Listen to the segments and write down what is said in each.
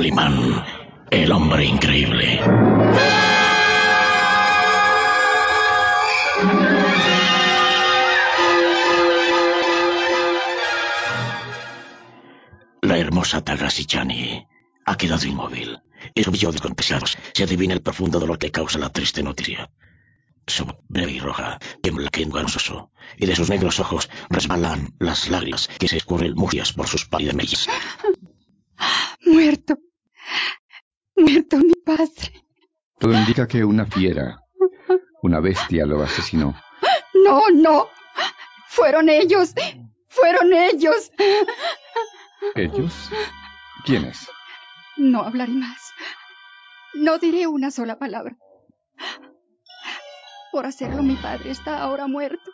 Calimán, el hombre increíble. La hermosa Tagashi Chani ha quedado inmóvil. En su brillo de contemplados se adivina el profundo dolor que causa la triste noticia. Su voz breve y roja tiembla vergonzoso, y de sus negros ojos resbalan las lágrimas que se escurren murcias por sus pálidas mejillas. Muerto mi padre. Todo indica que una fiera, una bestia lo asesinó. No, fueron ellos. ¿Ellos? ¿Quiénes? No hablaré más. No diré una sola palabra. Por hacerlo, mi padre está ahora muerto.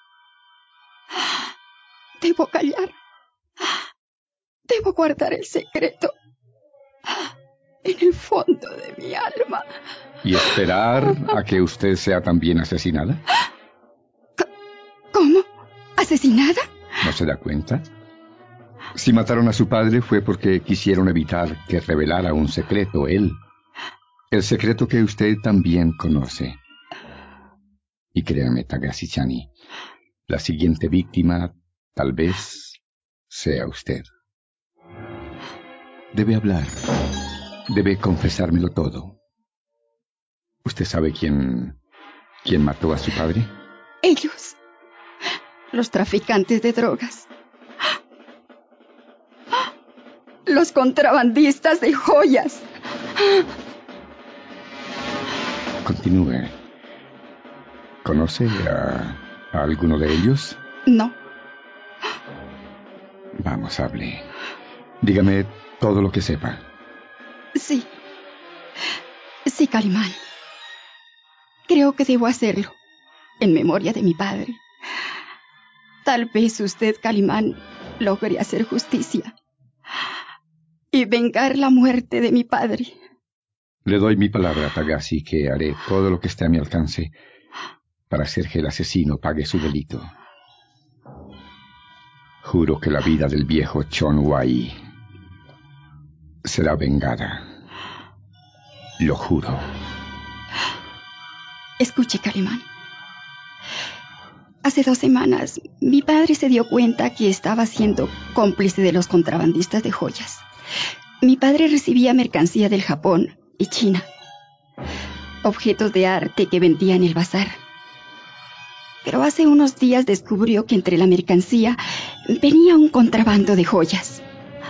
Debo callar. Debo guardar el secreto en el fondo de mi alma. ¿Y esperar a que usted sea también asesinada? ¿Cómo? ¿Asesinada? ¿No se da cuenta? Si mataron a su padre fue porque quisieron evitar que revelara un secreto él. El secreto que usted también conoce. Y créame, Tagashi Chani, la siguiente víctima tal vez sea usted. Debe hablar. Debe confesármelo todo. ¿Usted sabe quién mató a su padre? Ellos. Los traficantes de drogas. Los contrabandistas de joyas. Continúe. ¿Conoce a alguno de ellos? No. Vamos, hable. Dígame todo lo que sepa. Sí, Calimán. Creo que debo hacerlo, en memoria de mi padre. Tal vez usted, Calimán, logre hacer justicia y vengar la muerte de mi padre. Le doy mi palabra, Tagashi, que haré todo lo que esté a mi alcance para hacer que el asesino pague su delito. Juro que la vida del viejo Chon Wai será vengada. Lo juro. Escuche, Calimán. Hace 2 semanas, mi padre se dio cuenta que estaba siendo cómplice de los contrabandistas de joyas. Mi padre recibía mercancía del Japón y China, objetos de arte que vendía en el bazar. Pero hace unos días descubrió que entre la mercancía venía un contrabando de joyas.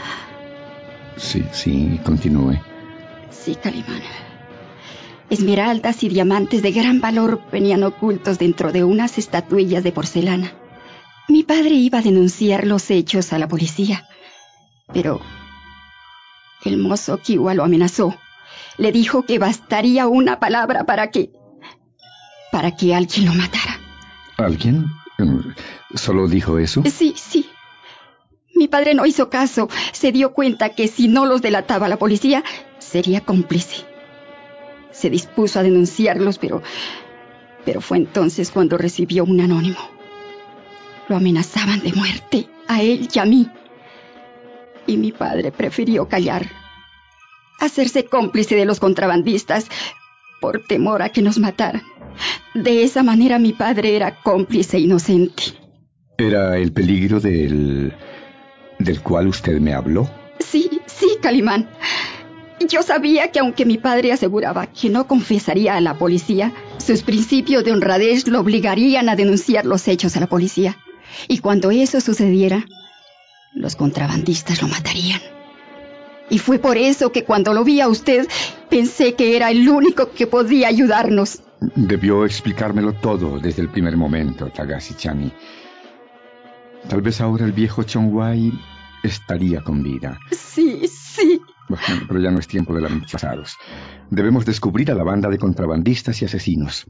Sí, continúe. Sí, Calimán. Esmeraldas y diamantes de gran valor venían ocultos dentro de unas estatuillas de porcelana. Mi padre iba a denunciar los hechos a la policía, pero el mozo Kiwa lo amenazó. Le dijo que bastaría una palabra para que alguien lo matara. ¿Alguien? ¿Solo dijo eso? Sí. Mi padre no hizo caso. Se dio cuenta que si no los delataba la policía, sería cómplice. Se dispuso a denunciarlos, pero fue entonces cuando recibió un anónimo. Lo amenazaban de muerte, a él y a mí. Y mi padre prefirió callar, hacerse cómplice de los contrabandistas, por temor a que nos mataran. De esa manera mi padre era cómplice inocente. ¿Era el peligro del cual usted me habló? Sí, Calimán. Yo sabía que aunque mi padre aseguraba que no confesaría a la policía, sus principios de honradez lo obligarían a denunciar los hechos a la policía. Y cuando eso sucediera, los contrabandistas lo matarían. Y fue por eso que cuando lo vi a usted, pensé que era el único que podía ayudarnos. Debió explicármelo todo desde el primer momento, Tagashi Chani. Tal vez ahora el viejo Chon Wai estaría con vida. Sí. Bueno, pero ya no es tiempo de lamentaros. Debemos descubrir a la banda de contrabandistas y asesinos.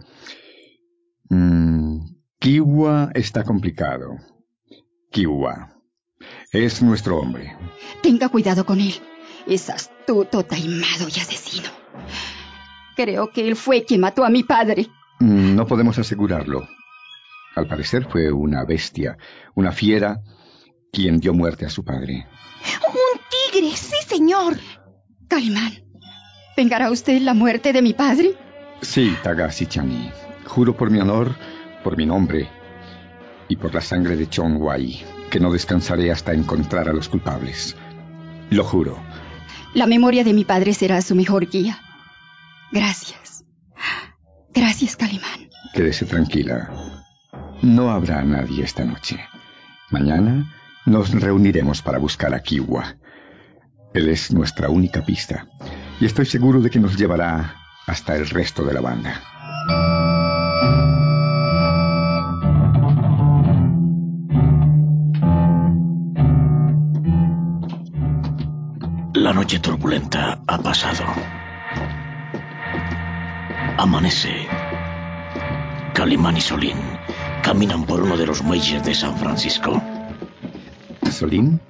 Kiwa está complicado. Kiwa es nuestro hombre. Tenga cuidado con él. Es astuto, taimado y asesino. Creo que él fue quien mató a mi padre. No podemos asegurarlo. Al parecer fue una bestia, una fiera, quien dio muerte a su padre. ¡Un tigre! ¡Sí, señor! Calimán, ¿vengará usted la muerte de mi padre? Sí, Tagashi Chani. Juro por mi honor, por mi nombre y por la sangre de Chon Wai, que no descansaré hasta encontrar a los culpables. Lo juro. La memoria de mi padre será su mejor guía. Gracias. Gracias, Calimán. Quédese tranquila. No habrá nadie esta noche. Mañana nos reuniremos para buscar a Kiwa. Él es nuestra única pista. Y estoy seguro de que nos llevará hasta el resto de la banda. La noche turbulenta ha pasado. Amanece. Calimán y Solín caminan por uno de los muelles de San Francisco. ¿Solín?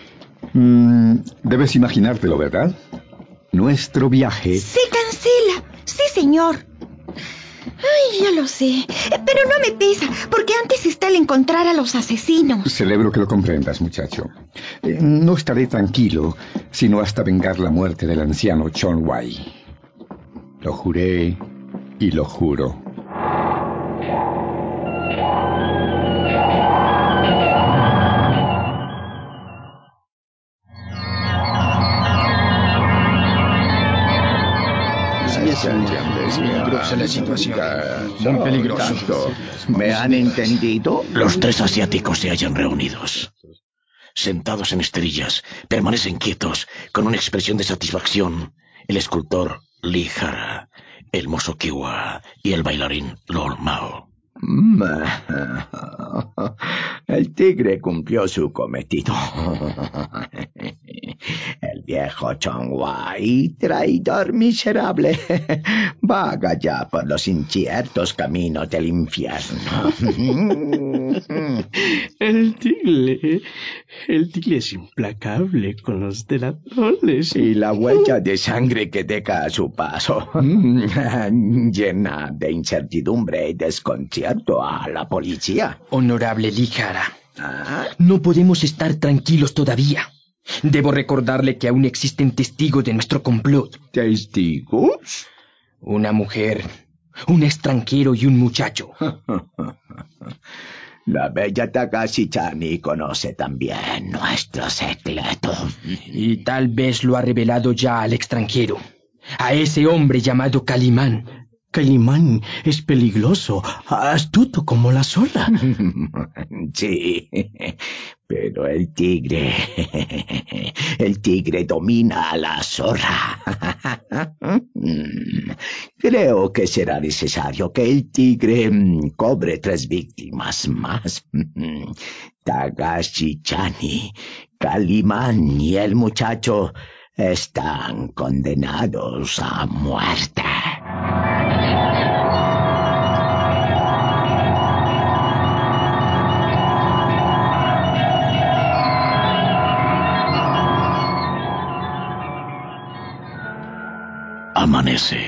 Debes imaginártelo, ¿verdad? Nuestro viaje... Se cancela. Sí, señor. Ay, ya lo sé. Pero no me pesa, porque antes está el encontrar a los asesinos. Celebro que lo comprendas, muchacho. No estaré tranquilo, sino hasta vengar la muerte del anciano Chon Wai. Lo juré y lo juro. Es peligrosa la situación. Muy peligroso. ¿Me han entendido? Los tres asiáticos se hallan reunidos. Sentados en esterillas, permanecen quietos, con una expresión de satisfacción, el escultor Lee Hara, el mozo Kiwa y el bailarín Lord Mao. El tigre cumplió su cometido. El viejo Chon Wai, traidor miserable, vaga ya por los inciertos caminos del infierno. El tigre es implacable con los delatores. Y la huella de sangre que deja a su paso, llena de incertidumbre y desconcierto a la policía. Honorable Lee Hara, no podemos estar tranquilos todavía. Debo recordarle que aún existen testigos de nuestro complot. ¿Testigos? Una mujer, un extranjero y un muchacho. La bella Tagashi Chani conoce también nuestro secreto. Y tal vez lo ha revelado ya al extranjero, a ese hombre llamado Calimán. Calimán es peligroso, astuto como la zorra. Sí, pero el tigre domina a la zorra. Creo que será necesario que el tigre cobre 3 víctimas más. Tagashi Chani, Calimán y el muchacho están condenados a muerte. Amanece.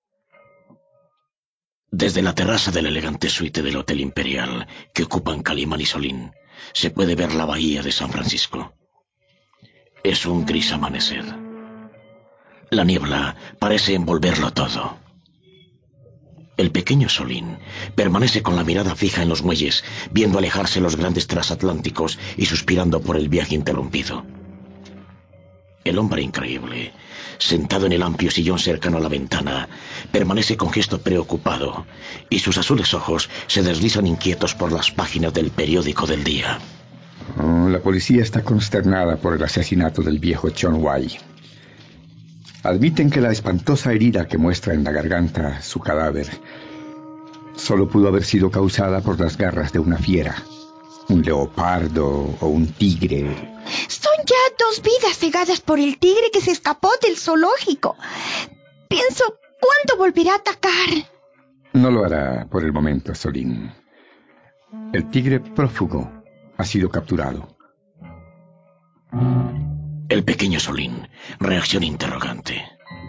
Desde la terraza de la elegante suite del Hotel Imperial que ocupan Calimán y Solín, se puede ver la bahía de San Francisco. Es un gris amanecer. La niebla parece envolverlo todo. El pequeño Solín permanece con la mirada fija en los muelles, viendo alejarse los grandes transatlánticos y suspirando por el viaje interrumpido. El hombre increíble, sentado en el amplio sillón cercano a la ventana, permanece con gesto preocupado, y sus azules ojos se deslizan inquietos por las páginas del periódico del día. La policía está consternada por el asesinato del viejo Chon Wai. Admiten que la espantosa herida que muestra en la garganta su cadáver solo pudo haber sido causada por las garras de una fiera, un leopardo o un tigre. Son ya 2 vidas cegadas por el tigre que se escapó del zoológico. Pienso, ¿cuándo volverá a atacar? No lo hará por el momento, Solín. El tigre prófugo ha sido capturado. El pequeño Solín reacciona interrogante.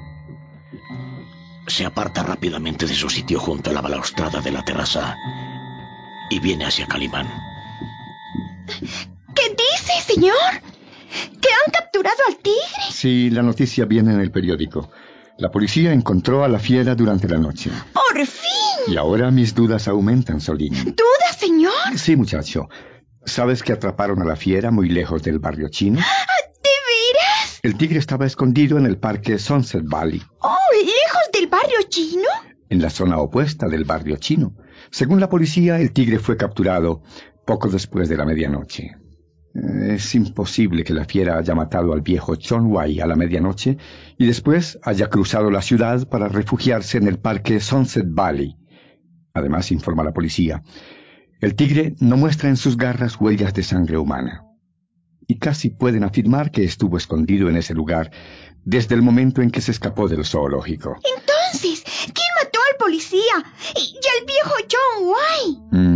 Se aparta rápidamente de su sitio junto a la balaustrada de la terraza y viene hacia Calimán. ¿Qué dice, señor? ¿Que han capturado al tigre? Sí, la noticia viene en el periódico. La policía encontró a la fiera durante la noche. ¡Por fin! Y ahora mis dudas aumentan, Solín. ¿Dudas, señor? Sí, muchacho. ¿Sabes que atraparon a la fiera muy lejos del barrio chino? ¿De veras? El tigre estaba escondido en el parque Sunset Valley. Oh, ¿lejos del barrio chino? En la zona opuesta del barrio chino. Según la policía, el tigre fue capturado poco después de la medianoche. Es imposible que la fiera haya matado al viejo Chong Wai a la medianoche y después haya cruzado la ciudad para refugiarse en el parque Sunset Valley. Además, informa la policía, el tigre no muestra en sus garras huellas de sangre humana. Y casi pueden afirmar que estuvo escondido en ese lugar desde el momento en que se escapó del zoológico. Entonces, ¿quién mató al policía y al viejo Chong Wai?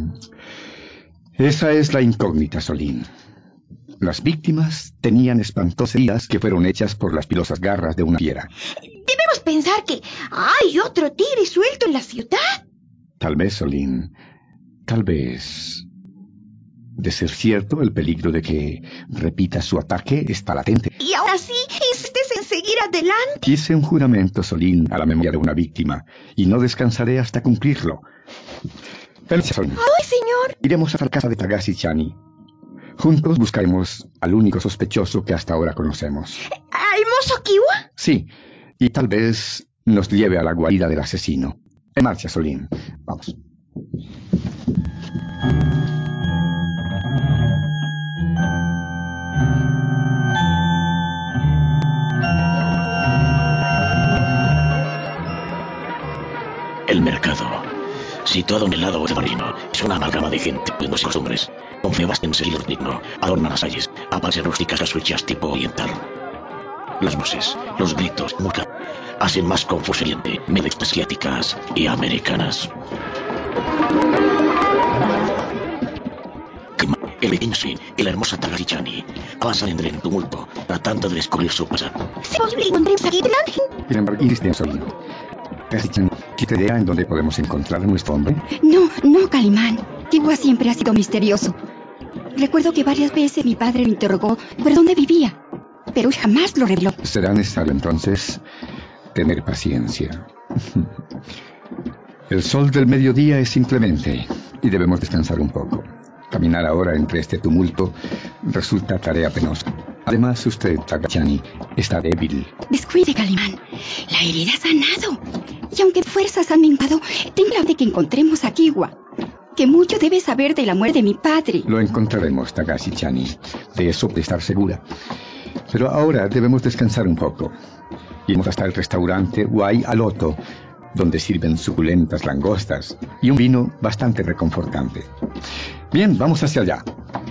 Esa es la incógnita, Solín. Las víctimas tenían espantosas heridas que fueron hechas por las pilosas garras de una fiera. Debemos pensar que hay otro tigre suelto en la ciudad. Tal vez, Solín. Tal vez. De ser cierto, el peligro de que repita su ataque está latente. Y ahora sí, insistes en seguir adelante. Hice un juramento, Solín, a la memoria de una víctima, y no descansaré hasta cumplirlo. Permiso, Solín. ¡Ay, señor! Iremos a la casa de Takashi Chani. Juntos buscaremos al único sospechoso que hasta ahora conocemos. ¿Al mozo Kiwa? Sí, y tal vez nos lleve a la guarida del asesino. En marcha, Solín. Vamos. El mercado, situado en el lado oeste marino, es una amalgama de gente, pueblos y costumbres. Con febas en seguir digno, adornan las calles, aparecen rústicas casuchas tipo oriental. Las voces, los gritos, música, hacen más confuso el ambiente, mezclas asiáticas y americanas. El pequeño Swin y la hermosa Takashi Chani avanzan entre el tumulto, tratando de descubrir su pasado. ¿Es posible encontremos aquí delante? Sin embargo, insisten, Solín. Takashi Chani, ¿tiene idea en dónde podemos encontrar a nuestro hombre? No, Calimán. Kiwa siempre ha sido misterioso. Recuerdo que varias veces mi padre lo interrogó por dónde vivía, pero él jamás lo reveló. Será necesario entonces tener paciencia. El sol del mediodía es inclemente y debemos descansar un poco. Caminar ahora entre este tumulto resulta tarea penosa. Además, usted, Takachani, está débil. Descuide, Calimán. La herida ha sanado. Y aunque fuerzas han menguado, tengo la de que encontremos a Kiwa, que mucho debe saber de la muerte de mi padre. Lo encontraremos, Takashi Chani. De eso puede estar segura. Pero ahora debemos descansar un poco. Iremos hasta el restaurante Wai Aloto, donde sirven suculentas langostas y un vino bastante reconfortante. Bien, vamos hacia allá.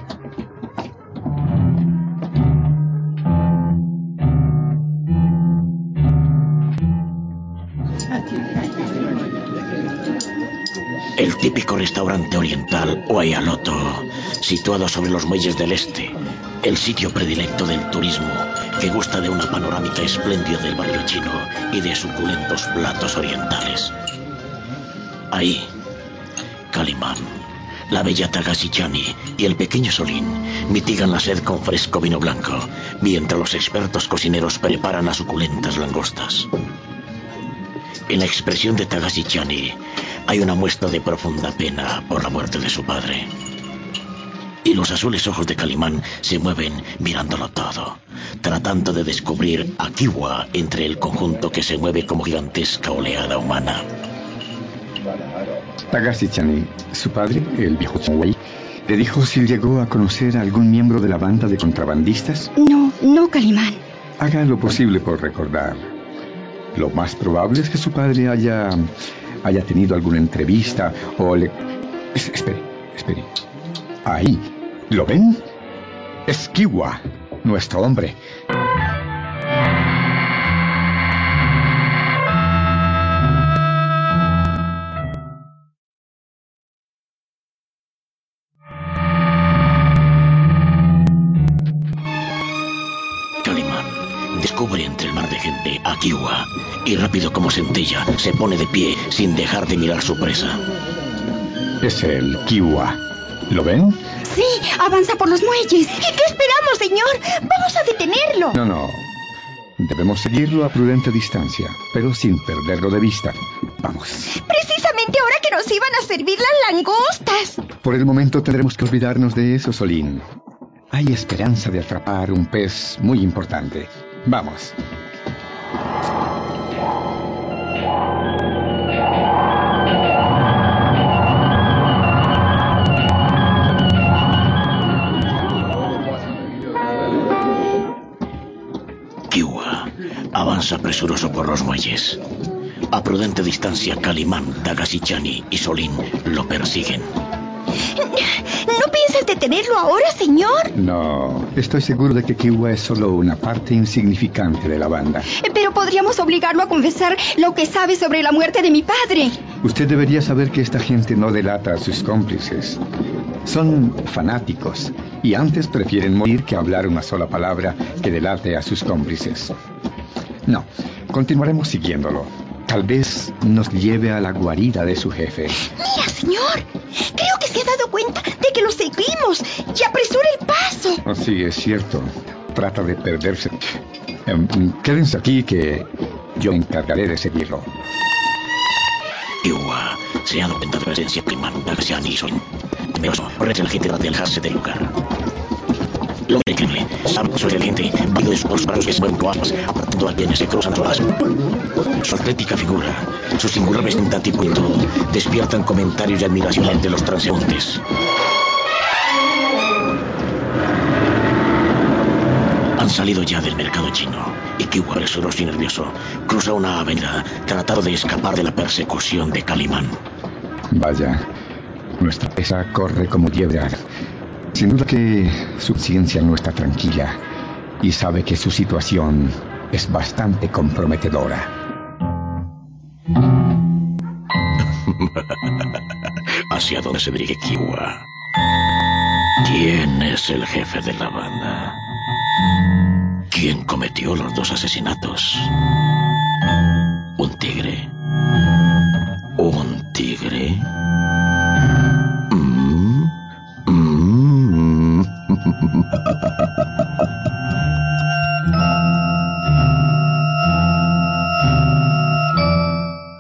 El típico restaurante oriental Wai Aloto, situado sobre los muelles del este, el sitio predilecto del turismo que gusta de una panorámica espléndida del barrio chino y de suculentos platos orientales. Ahí, Calimán, la bella Takashi Chani y el pequeño Solín mitigan la sed con fresco vino blanco, mientras los expertos cocineros preparan las suculentas langostas. En la expresión de Takashi Chani hay una muestra de profunda pena por la muerte de su padre. Y los azules ojos de Calimán se mueven mirándolo todo, tratando de descubrir a Kiwa entre el conjunto que se mueve como gigantesca oleada humana. Takashi Chani, su padre, el viejo Chong Wai, ¿le dijo si llegó a conocer a algún miembro de la banda de contrabandistas? No, Calimán. Haga lo posible por recordar. Lo más probable es que su padre haya tenido alguna entrevista o le... Espere. Ahí, ¿lo ven? Es Kiwa, nuestro hombre. Calimán descubre entre el mar de gente a Kiwa y rápido como centella se pone de pie sin dejar de mirar su presa. Es el Kiwa. ¿Lo ven? Sí, avanza por los muelles. ¿Y qué esperamos, señor? Vamos a detenerlo. No. Debemos seguirlo a prudente distancia, pero sin perderlo de vista. Vamos. Precisamente ahora que nos iban a servir las langostas. Por el momento tendremos que olvidarnos de eso, Solín. Hay esperanza de atrapar un pez muy importante. Vamos. Kiwa avanza presuroso por los muelles. A prudente distancia, Calimán, Tagasichani y Solín lo persiguen. ¿No piensas detenerlo ahora, señor? No, estoy seguro de que Kiwa es solo una parte insignificante de la banda. Pero podríamos obligarlo a confesar lo que sabe sobre la muerte de mi padre. Usted debería saber que esta gente no delata a sus cómplices. Son fanáticos y antes prefieren morir que hablar una sola palabra que delate a sus cómplices. No, continuaremos siguiéndolo. Tal vez nos lleve a la guarida de su jefe. Mira, señor, creo que se ha dado cuenta de que lo seguimos y apresura el paso. Oh, sí, es cierto. Trata de perderse. Quédense aquí que yo me encargaré de seguirlo. Kiwa se ha dado cuenta de la presencia de Calimán, Tagasichani y Solín. Temeroso, corre a la gente para alejarse del lugar. Lo increíble, sabe sobre la gente, válido de sus bolsos para los que se mueven coapas, apuntando a quienes se cruzan las olas. Su atlética figura, su singular vestimenta tipo y todo, despiertan comentarios y admiración entre los transeúntes. Han salido ya del mercado chino, y Kiwa, presuroso y nervioso, cruza una avenida, tratando de escapar de la persecución de Calimán. Vaya, nuestra presa corre como liebre. Sin duda que su conciencia no está tranquila y sabe que su situación es bastante comprometedora. ¿Hacia dónde se dirige Kiwa? ¿Quién es el jefe de la banda? ¿Quién cometió los 2 asesinatos?